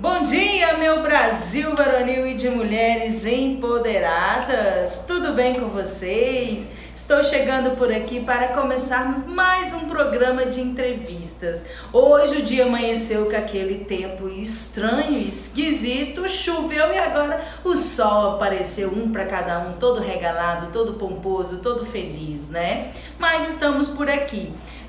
Bom dia, meu Brasil varonil e de mulheres empoderadas! Tudo bem com vocês? Estou chegando por aqui para começarmos mais um programa de entrevistas. Hoje o dia amanheceu com aquele tempo estranho, esquisito, choveu e agora o sol apareceu, um para cada um, todo regalado, todo pomposo, todo feliz, né? Mas estamos por aqui.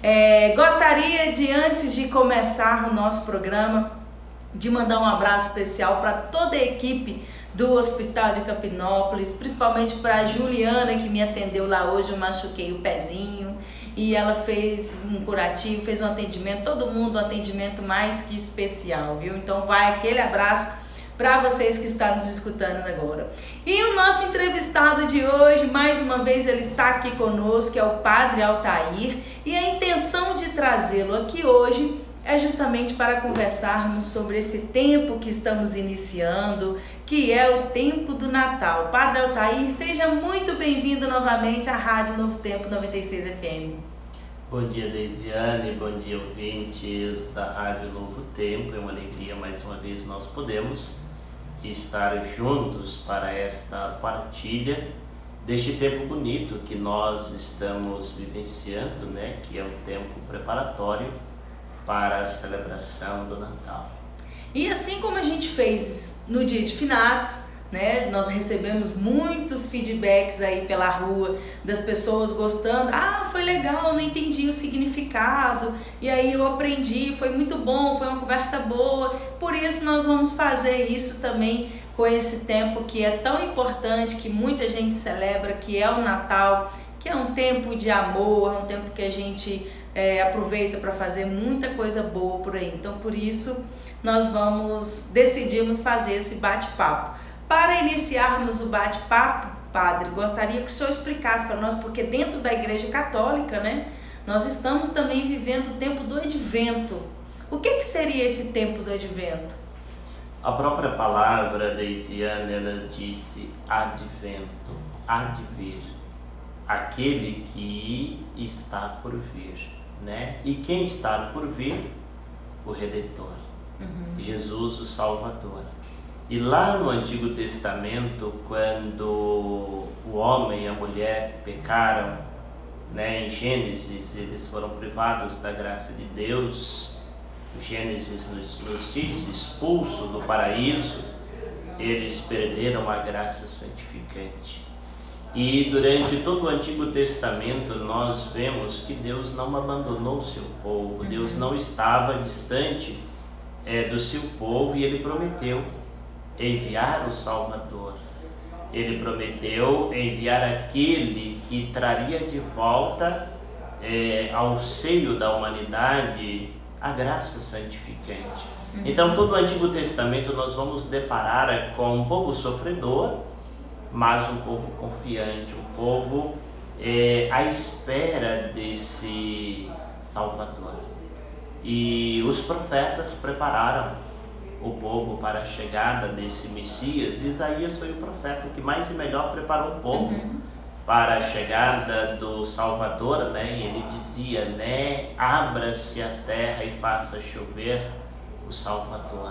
Gostaria de, antes de começar o nosso programa, de mandar um abraço especial para toda a equipe do Hospital de Capinópolis, principalmente para a Juliana, que me atendeu lá hoje. Eu machuquei o pezinho e ela fez um curativo, fez um atendimento, todo mundo um atendimento mais que especial, viu? Então vai aquele abraço para vocês que estão nos escutando agora. E o nosso entrevistado de hoje, mais uma vez ele está aqui conosco, é o Padre Altair, e a intenção de trazê-lo aqui hoje é justamente para conversarmos sobre esse tempo que estamos iniciando, que é o tempo do Natal. Padre Altair, seja muito bem-vindo novamente à Rádio Novo Tempo 96 FM. Bom dia, Deisiane, bom dia, ouvintes da Rádio Novo Tempo. É uma alegria mais uma vez nós podemos estar juntos para esta partilha deste tempo bonito que nós estamos vivenciando, né? Que é um tempo preparatório para a celebração do Natal. E assim como a gente fez no dia de finados, né, nós recebemos muitos feedbacks aí pela rua das pessoas gostando. Foi legal, não entendi o significado, e aí eu aprendi, foi muito bom, foi uma conversa boa. Por isso nós vamos fazer isso também com esse tempo que é tão importante, que muita gente celebra, que é o Natal, que é um tempo de amor, é um tempo que a gente aproveita para fazer muita coisa boa por aí. Então, por isso, nós decidimos fazer esse bate-papo. Para iniciarmos o bate-papo, Padre, gostaria que o senhor explicasse para nós, porque dentro da Igreja Católica, né, nós estamos também vivendo o tempo do Advento. O que seria esse tempo do Advento? A própria palavra, Deisiane, ela disse advento, advir, aquele que está por vir. Né? E quem está por vir? O Redentor, Jesus, o Salvador. E lá no Antigo Testamento, quando o homem e a mulher pecaram, né, em Gênesis, eles foram privados da graça de Deus. Gênesis nos diz, expulso do paraíso, eles perderam a graça santificante. E durante todo o Antigo Testamento nós vemos que Deus não abandonou o seu povo, Deus não estava distante do seu povo, e Ele prometeu enviar o Salvador. Ele prometeu enviar aquele que traria de volta ao seio da humanidade a graça santificante. Então todo o Antigo Testamento nós vamos deparar com um povo sofredor, mas um povo confiante, um povo à espera desse Salvador. E os profetas prepararam o povo para a chegada desse Messias. Isaías foi o profeta que mais e melhor preparou o povo para a chegada do Salvador, né? E ele dizia, né, abra-se a terra e faça chover o Salvador.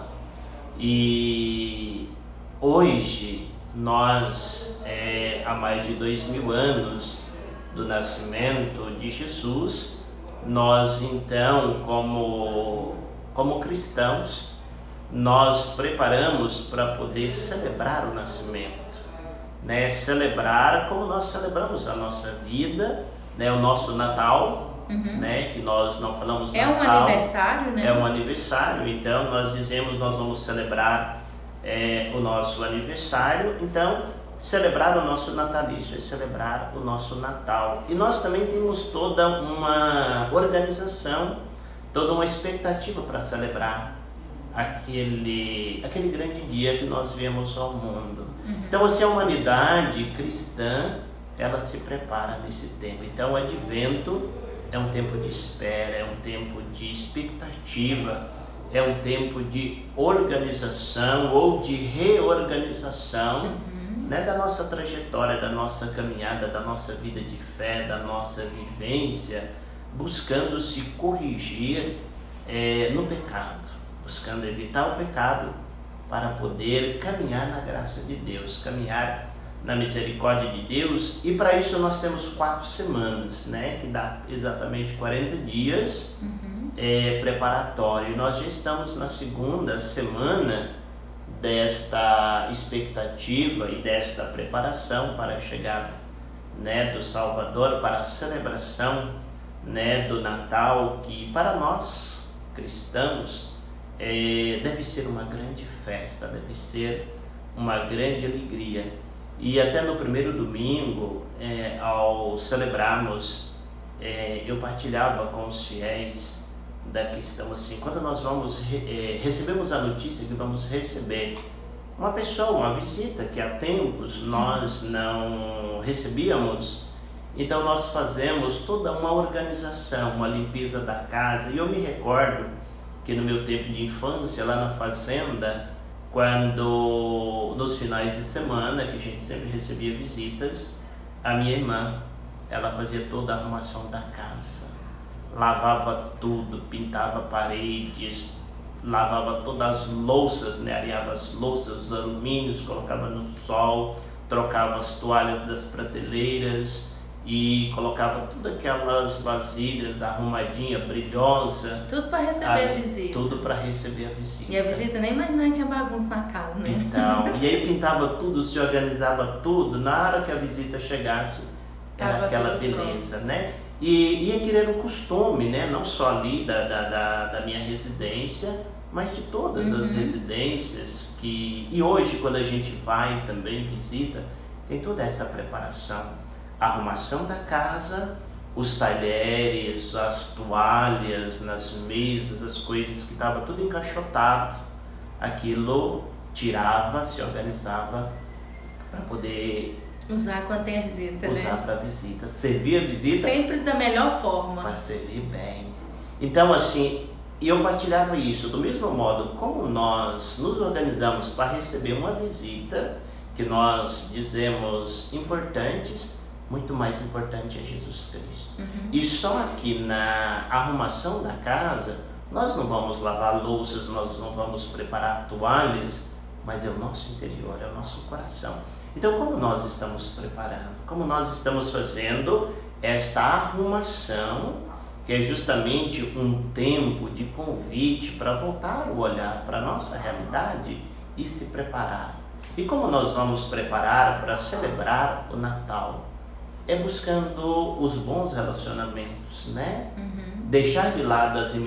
E hoje nós, há mais de 2000 anos do nascimento de Jesus, nós então, como cristãos, nós preparamos para poder celebrar o nascimento, né? Celebrar como nós celebramos a nossa vida, né? O nosso Natal, né? Que nós não falamos Natal. É um aniversário, né? É um aniversário, então nós dizemos, nós vamos celebrar o nosso aniversário. Então, celebrar o nosso natalício é celebrar o nosso Natal. E nós também temos toda uma organização, toda uma expectativa para celebrar aquele grande dia que nós viemos ao mundo. Então, assim, a humanidade cristã, ela se prepara nesse tempo. Então, o Advento é um tempo de espera, é um tempo de expectativa, é um tempo de organização ou de reorganização, né, da nossa trajetória, da nossa caminhada, da nossa vida de fé, da nossa vivência, buscando se corrigir no pecado, buscando evitar o pecado para poder caminhar na graça de Deus, caminhar na misericórdia de Deus. E para isso nós temos 4 semanas, né? Que dá exatamente 40 dias preparatório. E nós já estamos na 2ª semana desta expectativa e desta preparação para a chegada, né, do Salvador, para a celebração, né, do Natal, que para nós cristãos deve ser uma grande festa, deve ser uma grande alegria. E até no primeiro domingo, ao celebrarmos, eu partilhava com os fiéis da questão assim, quando nós vamos recebemos a notícia que vamos receber uma pessoa, uma visita que há tempos nós não recebíamos, então nós fazemos toda uma organização, uma limpeza da casa. E eu me recordo que no meu tempo de infância, lá na fazenda, quando nos finais de semana, que a gente sempre recebia visitas, a minha irmã, ela fazia toda a arrumação da casa, lavava tudo, pintava paredes, lavava todas as louças, né? Areava as louças, os alumínios, colocava no sol, trocava as toalhas das prateleiras e colocava todas aquelas vasilhas arrumadinha, brilhosa. Tudo para receber a visita. Tudo para receber a visita. E a visita nem imaginava que tinha bagunça na casa, né? Então, e aí pintava tudo, se organizava tudo. Na hora que a visita chegasse, era aquela beleza, pronto, né? E aquele era o costume, né? Não só ali da minha residência, mas de todas as residências e hoje quando a gente vai também visita, tem toda essa preparação, a arrumação da casa, os talheres, as toalhas nas mesas, as coisas que estava tudo encaixotado, aquilo tirava, se organizava para poder usar quando tem a visita, usar para visita, servir a visita sempre da melhor forma, para servir bem. Então assim, e eu partilhava isso do mesmo modo como nós nos organizamos para receber uma visita que nós dizemos importantes, muito mais importante é Jesus Cristo. E só aqui na arrumação da casa nós não vamos lavar louças, nós não vamos preparar toalhas, mas é o nosso interior, é o nosso coração. Então, como nós estamos preparando, como nós estamos fazendo esta arrumação, que é justamente um tempo de convite para voltar o olhar para a nossa realidade e se preparar. E como nós vamos preparar para celebrar o Natal? É buscando os bons relacionamentos, né? Deixar de lado as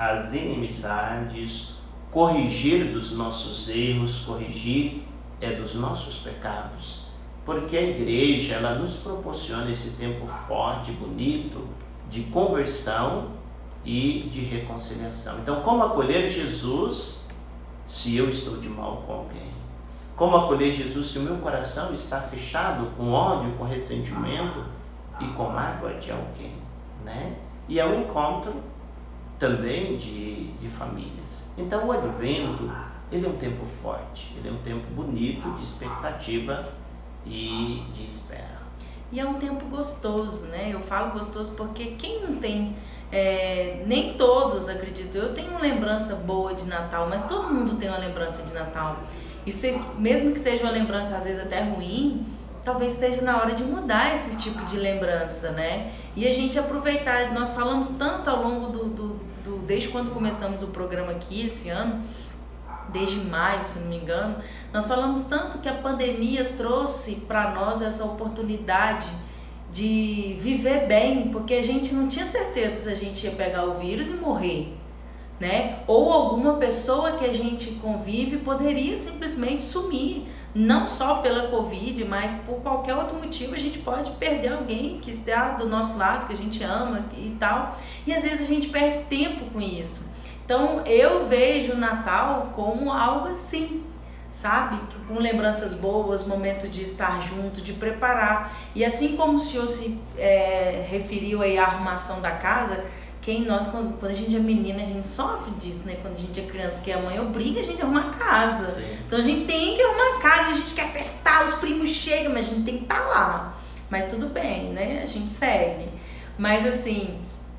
inimizades, corrigir dos nossos erros, corrigir dos nossos pecados, porque a igreja ela nos proporciona esse tempo forte, bonito, de conversão e de reconciliação. Então, como acolher Jesus se eu estou de mal com alguém? Como acolher Jesus se o meu coração está fechado com ódio, com ressentimento e com mágoa de alguém, né? E é um encontro também de famílias. Então, o Advento ele é um tempo forte, ele é um tempo bonito, de expectativa e de espera. E é um tempo gostoso, né? Eu falo gostoso porque quem não tem, nem todos, acredito, eu tenho uma lembrança boa de Natal, mas todo mundo tem uma lembrança de Natal. E mesmo que seja uma lembrança às vezes até ruim, talvez esteja na hora de mudar esse tipo de lembrança, né? E a gente aproveitar, nós falamos tanto ao longo desde quando começamos o programa aqui esse ano, desde maio, se não me engano, nós falamos tanto que a pandemia trouxe para nós essa oportunidade de viver bem, porque a gente não tinha certeza se a gente ia pegar o vírus e morrer, né? Ou alguma pessoa que a gente convive poderia simplesmente sumir, não só pela Covid, mas por qualquer outro motivo a gente pode perder alguém que está do nosso lado, que a gente ama e tal, e às vezes a gente perde tempo com isso. Então eu vejo o Natal como algo assim, sabe? Com lembranças boas, momento de estar junto, de preparar. E assim como o senhor se referiu aí à arrumação da casa, quando a gente é menina, a gente sofre disso, né? Quando a gente é criança, porque a mãe obriga a gente a arrumar a casa. Sim. Então a gente tem que arrumar a casa, a gente quer festar, os primos chegam, mas a gente tem que estar lá. Mas tudo bem, né? A gente segue. Mas assim,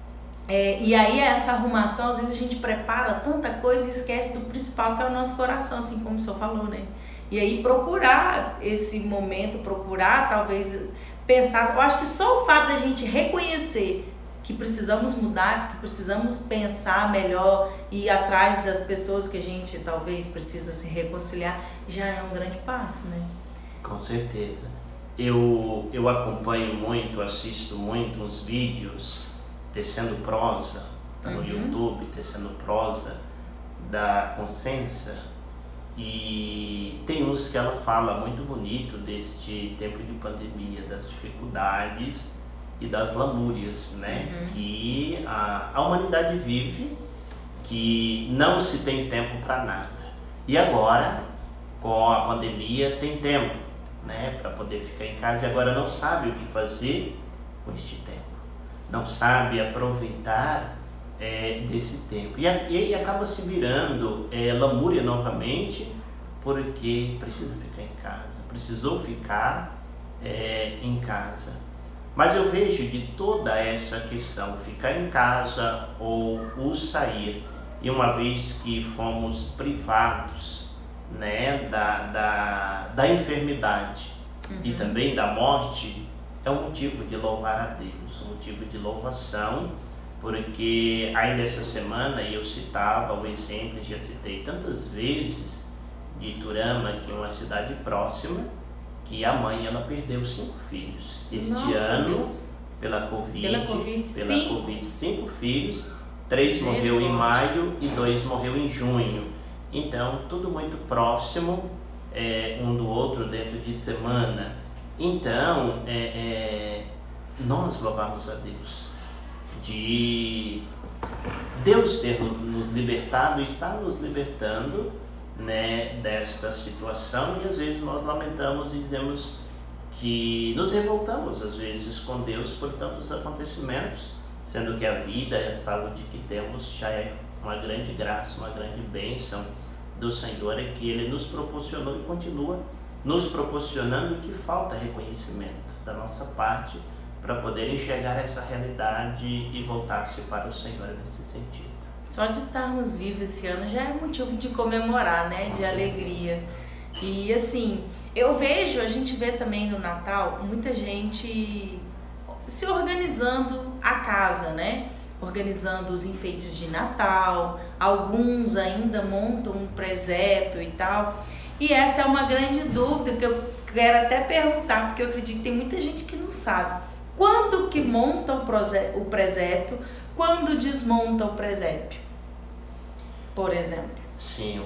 E aí essa arrumação, às vezes a gente prepara tanta coisa e esquece do principal, que é o nosso coração, assim como o senhor falou, né? E aí procurar esse momento, procurar talvez pensar, eu acho que só o fato da gente reconhecer que precisamos mudar, que precisamos pensar melhor e ir atrás das pessoas que a gente talvez precisa se reconciliar, já é um grande passo, né? Com certeza. Eu acompanho muito, assisto muito uns vídeos Tecendo Prosa, tá no YouTube, Tecendo Prosa, da Consciência, e tem uns que ela fala muito bonito deste tempo de pandemia, das dificuldades e das lamúrias, né? Que a humanidade vive, que não se tem tempo para nada. E agora, com a pandemia, tem tempo, né? Para poder ficar em casa, e agora não sabe o que fazer com este tempo. Não sabe aproveitar desse tempo. E aí acaba se virando lamúria novamente, porque precisa ficar em casa, precisou ficar em casa. Mas eu vejo de toda essa questão, ficar em casa ou o sair, e uma vez que fomos privados, né, da enfermidade e também da morte, é um motivo de louvar a Deus, um motivo de louvação, porque ainda essa semana eu citava o exemplo, já citei tantas vezes, de Iturama, que é uma cidade próxima, que a mãe ela perdeu 5 filhos. Este ano, Deus. Pela Covid, 5 filhos, 3 morreu em maio e 2 morreu em junho. Então, tudo muito próximo um do outro dentro de semana. Então, nós louvamos a Deus de Deus ter nos libertado, está nos libertando, né, desta situação, e às vezes nós lamentamos e dizemos que nos revoltamos às vezes com Deus por tantos acontecimentos, sendo que a vida e a saúde que temos já é uma grande graça, uma grande bênção do Senhor, é que Ele nos proporcionou e continua nos proporcionando, que falta reconhecimento da nossa parte para poder enxergar essa realidade e voltar-se para o Senhor nesse sentido. Só de estarmos vivos esse ano já é motivo de comemorar, né? De alegria. E assim, a gente vê também no Natal muita gente se organizando a casa, né? Organizando os enfeites de Natal, alguns ainda montam um presépio e tal. E essa é uma grande dúvida que eu quero até perguntar, porque eu acredito que tem muita gente que não sabe. Quando que monta o presépio? Quando desmonta o presépio? Por exemplo. Sim,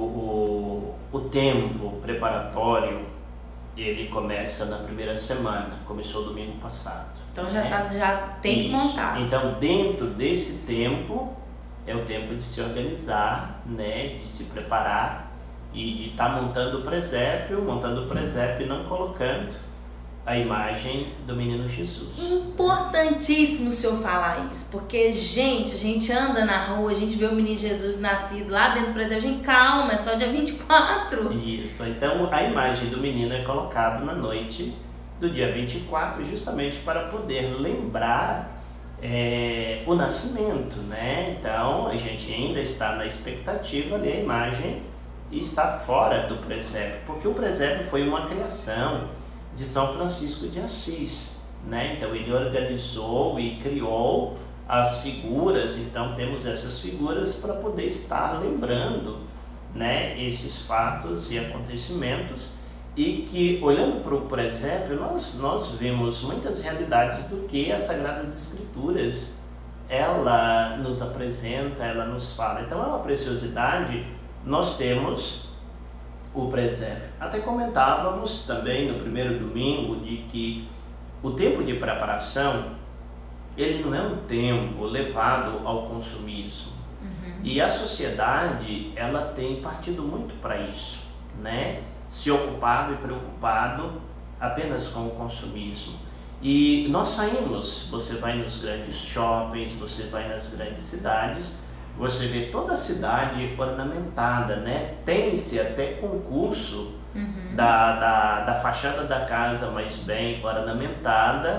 o tempo preparatório, ele começa na primeira semana, começou domingo passado. Então já tem que montar. Então, dentro desse tempo, é o tempo de se organizar, né, de se preparar e de estar montando o presépio e não colocando a imagem do menino Jesus. Importantíssimo o senhor falar isso, porque, gente, a gente anda na rua, a gente vê o menino Jesus nascido lá dentro do presépio, gente, calma, é só dia 24. Isso, então a imagem do menino é colocada na noite do dia 24, justamente para poder lembrar o nascimento, né? Então a gente ainda está na expectativa ali, a imagem está fora do presépio, porque o presépio foi uma criação de São Francisco de Assis, né? Então ele organizou e criou as figuras, então temos essas figuras para poder estar lembrando, né, esses fatos e acontecimentos, e que olhando para o presépio nós vemos muitas realidades do que as Sagradas Escrituras ela nos apresenta, ela nos fala. Então é uma preciosidade. Nós temos o presépio. Até comentávamos também no primeiro domingo de que o tempo de preparação, ele não é um tempo levado ao consumismo. E a sociedade, ela tem partido muito para isso, né? Se ocupado e preocupado apenas com o consumismo. E nós saímos, você vai nos grandes shoppings, você vai nas grandes cidades, você vê toda a cidade ornamentada, né? Tem-se até concurso da fachada da casa mais bem ornamentada,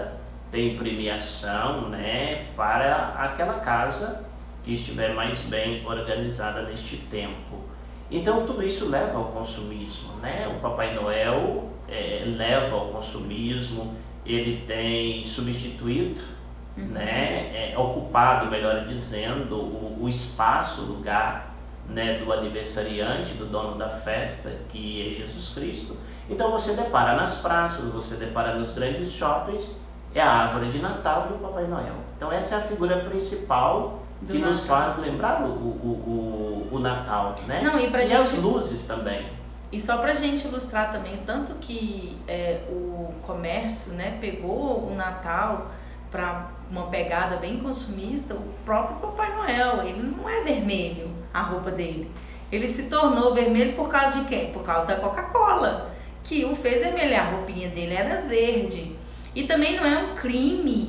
tem premiação, né, para aquela casa que estiver mais bem organizada neste tempo. Então tudo isso leva ao consumismo, né? O Papai Noel leva ao consumismo, ele tem substituído, né, ocupado, melhor dizendo, o espaço, o lugar, né, do aniversariante, do dono da festa, que é Jesus Cristo. Então você depara nas praças, você depara nos grandes shoppings, é a árvore de Natal e o Papai Noel. Então essa é a figura principal que nos faz lembrar o Natal, né? Não, e gente, as luzes também. E só pra gente ilustrar também, tanto que o comércio, né, pegou o Natal para uma pegada bem consumista, o próprio Papai Noel, ele não é vermelho, a roupa dele. Ele se tornou vermelho por causa de quem? Por causa da Coca-Cola, que o fez vermelho, a roupinha dele era verde. E também não é um crime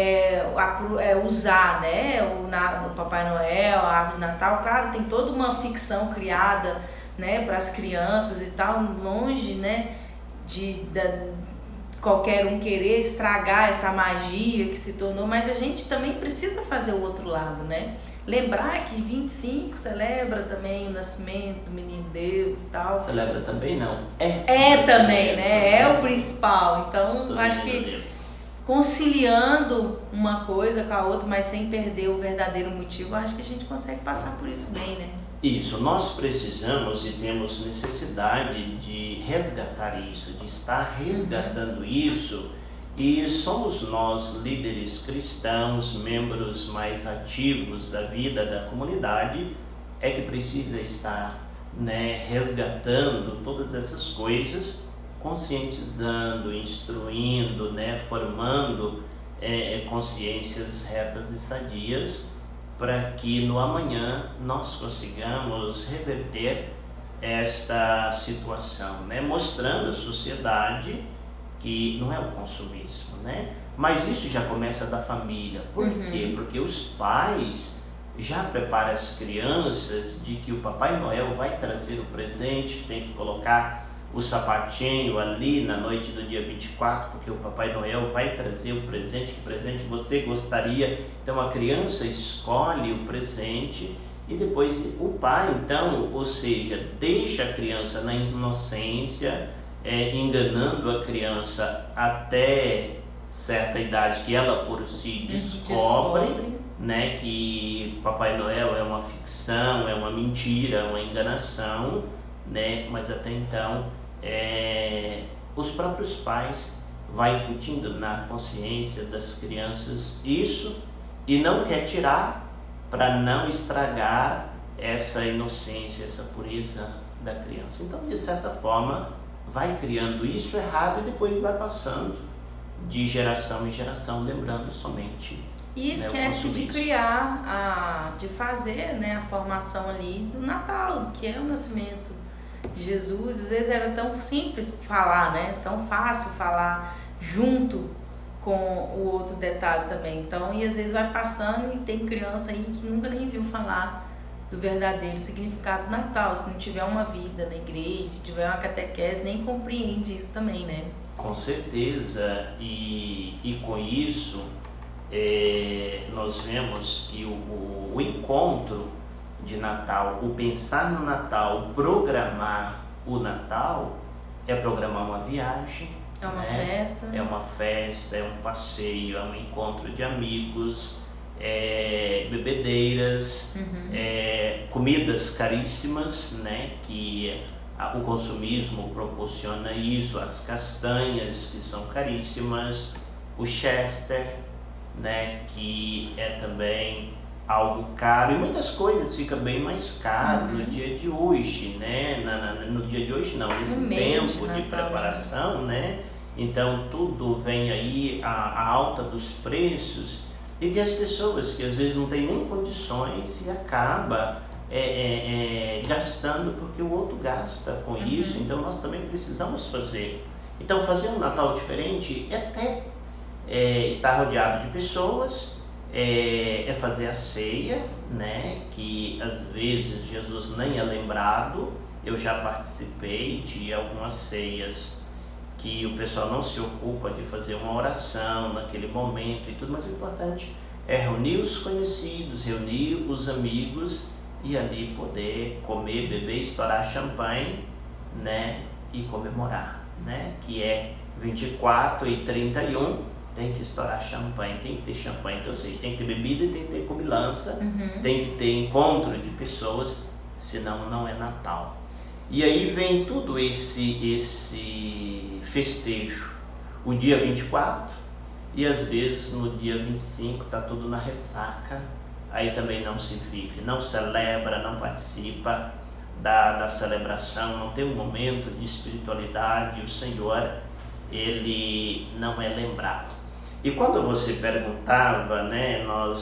usar, né, o Papai Noel, a árvore de Natal. Claro, tem toda uma ficção criada, né, para as crianças e tal, longe, né, de qualquer um querer estragar essa magia que se tornou, mas a gente também precisa fazer o outro lado, né? Lembrar que 25 celebra também o nascimento do menino Deus e tal. Celebra também não. Também, né? É o principal. Então, acho que Deus. Conciliando uma coisa com a outra, mas sem perder o verdadeiro motivo, acho que a gente consegue passar por isso bem, né? Isso, nós precisamos e temos necessidade de resgatar isso, de estar resgatando isso, e somos nós, líderes cristãos, membros mais ativos da vida da comunidade, é que precisa estar, né, resgatando todas essas coisas, conscientizando, instruindo, né, formando consciências retas e sadias, para que no amanhã nós consigamos reverter esta situação, né? Mostrando à sociedade que não é o consumismo, né? Mas isso já começa da família. Por quê? Porque os pais já preparam as crianças de que o Papai Noel vai trazer o presente, tem que colocar o sapatinho ali na noite do dia 24, porque o Papai Noel vai trazer o presente, que presente você gostaria. Então a criança escolhe o presente e depois o pai, então, ou seja, deixa a criança na inocência, enganando a criança até certa idade que ela por si descobre, né, que Papai Noel é uma ficção, é uma mentira, é uma enganação, né, mas até então os próprios pais vão incutindo na consciência das crianças isso e não quer tirar para não estragar essa inocência, essa pureza da criança. Então, de certa forma, vai criando isso errado e depois vai passando de geração em geração, lembrando somente. E esquece de criar, de fazer, né, a formação ali do Natal, que é o nascimento de Jesus. Às vezes era tão simples falar, né? Tão fácil falar junto com o outro detalhe também. Então, e às vezes vai passando e tem criança aí que nunca nem viu falar do verdadeiro significado do Natal. Se não tiver uma vida na igreja, se tiver uma catequese, nem compreende isso também, né? Com certeza. E com isso, nós vemos que o encontro de Natal, o pensar no Natal, programar o Natal, é programar uma viagem, é uma festa, é uma festa, é um passeio, é um encontro de amigos, bebedeiras, comidas caríssimas, né, que o consumismo proporciona isso, as castanhas que são caríssimas, o Chester, né, que é também algo caro, e muitas coisas ficam bem mais caro no dia de hoje, né? No dia de hoje não, nesse tempo de preparação, né? Então tudo vem aí, a alta dos preços, e tem as pessoas que às vezes não tem nem condições e acaba gastando porque o outro gasta com isso. Então nós também precisamos fazer. Então fazer um Natal diferente é até estar rodeado de pessoas, é fazer a ceia, né, que às vezes Jesus nem é lembrado. Eu já participei de algumas ceias que o pessoal não se ocupa de fazer uma oração naquele momento e tudo, mas o importante é reunir os conhecidos, reunir os amigos e ali poder comer, beber, estourar champanhe, né, e comemorar, né, que é 24 e 31, tem que estourar champanhe, tem que ter champanhe, então, ou seja, tem que ter bebida e tem que ter comilança, tem que ter encontro de pessoas, senão não é Natal. E aí vem tudo esse festejo, o dia 24, e às vezes no dia 25 está tudo na ressaca, aí também não se vive, não celebra, não participa da celebração, não tem um momento de espiritualidade, o Senhor, Ele não é lembrado. E quando você perguntava, né,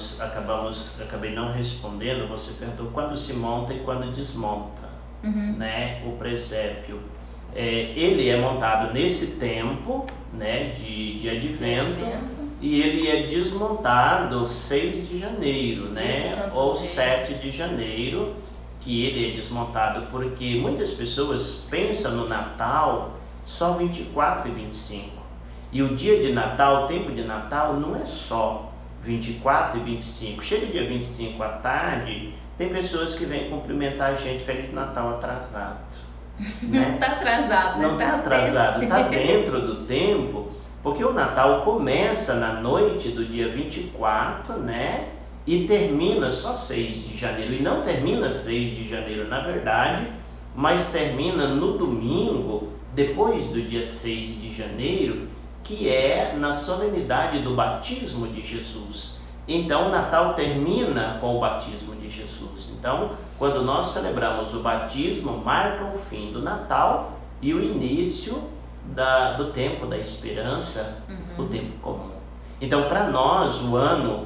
acabei não respondendo, você perguntou quando se monta e quando desmonta, né, o presépio. Ele é montado nesse tempo, né, de advento, e ele é desmontado 6 de janeiro, né, ou 7 de janeiro, que ele é desmontado, porque muitas pessoas pensam no Natal só 24 e 25. E o dia de Natal, o tempo de Natal, não é só 24 e 25. Chega dia 25 à tarde, tem pessoas que vêm cumprimentar a gente, Feliz Natal atrasado. Né? Não está atrasado, né? Não está atrasado, está dentro do tempo, porque o Natal começa na noite do dia 24, né? E termina só 6 de janeiro. E não termina 6 de janeiro, na verdade, mas termina no domingo, depois do dia 6 de janeiro, que é na solenidade do batismo de Jesus. Então o Natal termina com o batismo de Jesus. Então, quando nós celebramos o batismo, marca o fim do Natal e o início do tempo da esperança, o tempo comum. Então, para nós, o ano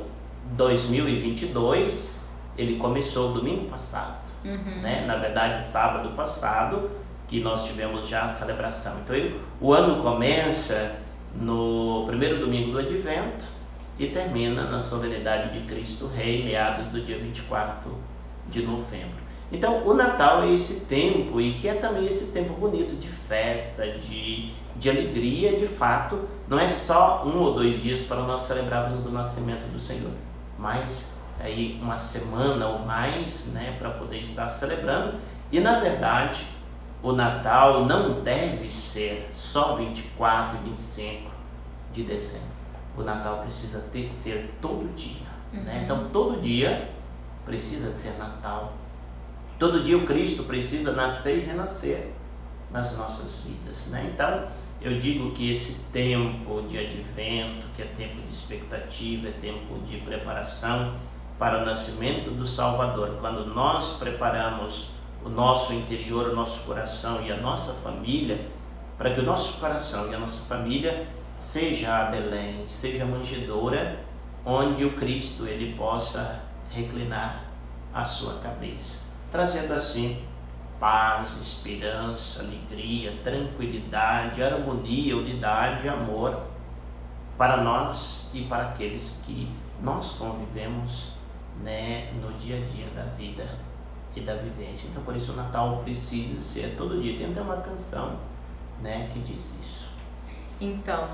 2022, ele começou domingo passado, né? Na verdade, sábado passado, que nós tivemos já a celebração. Então, o ano começa no primeiro domingo do Advento e termina na solenidade de Cristo Rei, meados do dia 24 de novembro. Então, o Natal é esse tempo, e que é também esse tempo bonito de festa, de alegria, de fato, não é só 1 ou 2 dias para nós celebrarmos o nascimento do Senhor, mas aí uma semana ou mais, né, para poder estar celebrando. E na verdade, o Natal não deve ser só 24 e 25 de dezembro. O Natal precisa ser todo dia, né? Então, todo dia precisa ser Natal. Todo dia o Cristo precisa nascer e renascer nas nossas vidas, né? Então, eu digo que esse tempo de advento, que é tempo de expectativa, é tempo de preparação para o nascimento do Salvador. Quando nós preparamos o nosso interior, o nosso coração e a nossa família, para que o nosso coração e a nossa família seja a Belém, seja a manjedoura, onde o Cristo ele possa reclinar a sua cabeça, trazendo assim paz, esperança, alegria, tranquilidade, harmonia, unidade e amor para nós e para aqueles que nós convivemos, né, no dia a dia da vida e da vivência. Então, por isso o Natal precisa ser todo dia. Tem até uma canção, né, que diz isso. Então,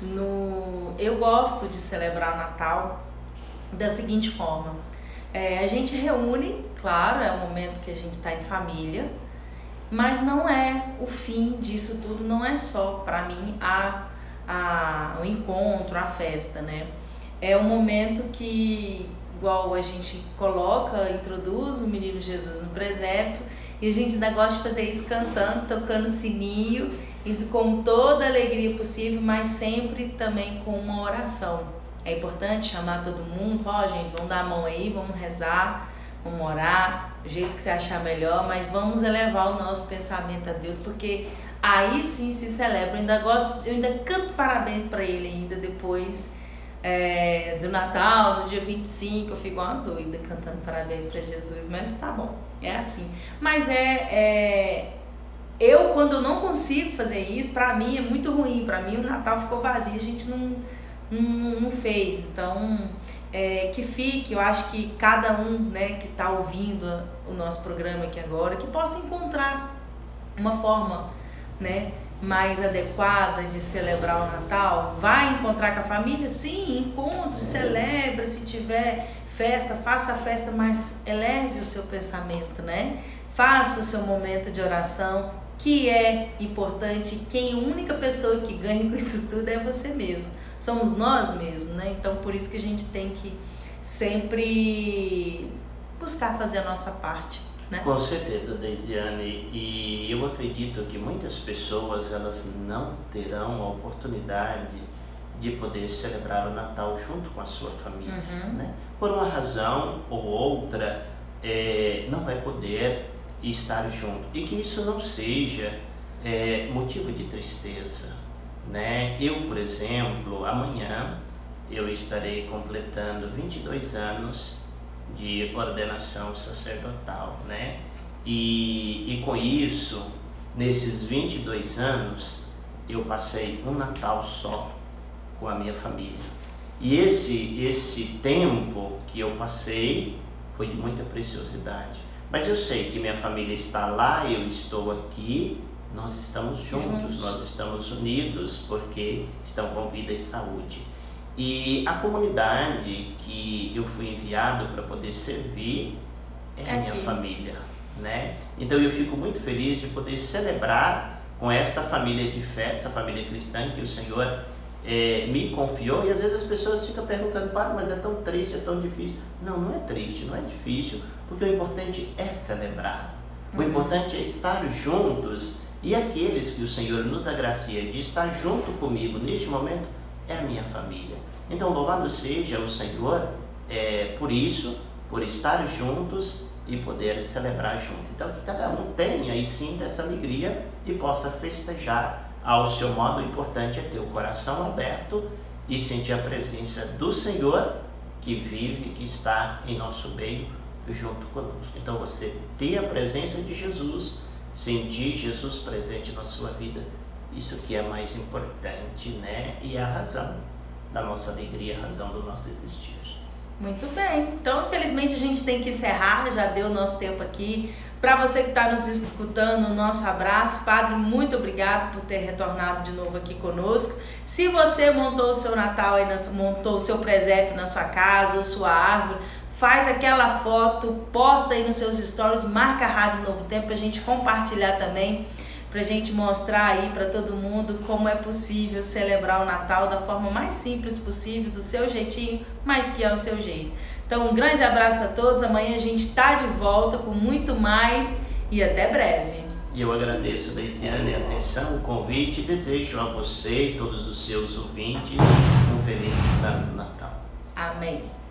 eu gosto de celebrar o Natal da seguinte forma. A gente reúne, claro, é um momento que a gente está em família, mas não é o fim disso tudo, não é só para mim o encontro, a festa, né? É um momento que, igual a gente introduz o menino Jesus no presépio, e a gente ainda gosta de fazer isso cantando, tocando sininho, e com toda a alegria possível, mas sempre também com uma oração. É importante chamar todo mundo, gente, vamos dar a mão aí, vamos rezar, vamos orar, do jeito que você achar melhor, mas vamos elevar o nosso pensamento a Deus, porque aí sim se celebra. Eu ainda canto parabéns para ele ainda depois do Natal, no dia 25, eu fico igual uma doida cantando parabéns para Jesus, mas tá bom, é assim. Mas eu, quando eu não consigo fazer isso, para mim é muito ruim, para mim o Natal ficou vazio, a gente não fez. Então, que fique, eu acho que cada um, né, que está ouvindo o nosso programa aqui agora, que possa encontrar uma forma, né, mais adequada de celebrar o Natal? Vai encontrar com a família? Sim, encontre, celebre, se tiver festa, faça a festa, mas eleve o seu pensamento, né? Faça o seu momento de oração, que é importante. A única pessoa que ganha com isso tudo é você mesmo. Somos nós mesmos, né? Então, por isso que a gente tem que sempre buscar fazer a nossa parte, né? Com certeza, Deisiane, e eu acredito que muitas pessoas elas não terão a oportunidade de poder celebrar o Natal junto com a sua família, né? Por uma razão ou outra, não vai poder estar junto, e que isso não seja motivo de tristeza, né? Eu, por exemplo, amanhã eu estarei completando 22 anos de ordenação sacerdotal, né? E com isso, nesses 22 anos, eu passei um Natal só com a minha família. E esse tempo que eu passei foi de muita preciosidade. Mas eu sei que minha família está lá, eu estou aqui, nós estamos juntos, nós estamos unidos, porque estão com vida e saúde. E a comunidade que eu fui enviado para poder servir é a minha família, né? Então eu fico muito feliz de poder celebrar com esta família de fé, essa família cristã que o Senhor me confiou. E às vezes as pessoas ficam perguntando: Padre, mas é tão triste, é tão difícil. Não, não é triste, não é difícil, porque o importante é celebrar. O importante é estar juntos, e aqueles que o Senhor nos agracia de estar junto comigo neste momento é a minha família. Então, louvado seja o Senhor por isso, por estar juntos e poder celebrar junto. Então, que cada um tenha e sinta essa alegria e possa festejar ao seu modo. O importante é ter o coração aberto e sentir a presença do Senhor que vive, que está em nosso meio, junto conosco. Então, você ter a presença de Jesus, sentir Jesus presente na sua vida, isso que é mais importante, né? E é a razão da nossa alegria, a razão do nosso existir. Muito bem. Então, infelizmente, a gente tem que encerrar, já deu o nosso tempo aqui. Para você que está nos escutando, o nosso abraço. Padre, muito obrigado por ter retornado de novo aqui conosco. Se você montou o seu Natal, montou o seu presépio na sua casa ou sua árvore, faz aquela foto, posta aí nos seus stories, marca a Rádio Novo Tempo para a gente compartilhar também, para a gente mostrar aí para todo mundo como é possível celebrar o Natal da forma mais simples possível, do seu jeitinho, mas que é o seu jeito. Então, um grande abraço a todos. Amanhã a gente está de volta com muito mais e até breve. E eu agradeço, Deisiane, a atenção, o convite, e desejo a você e todos os seus ouvintes um feliz e santo Natal. Amém.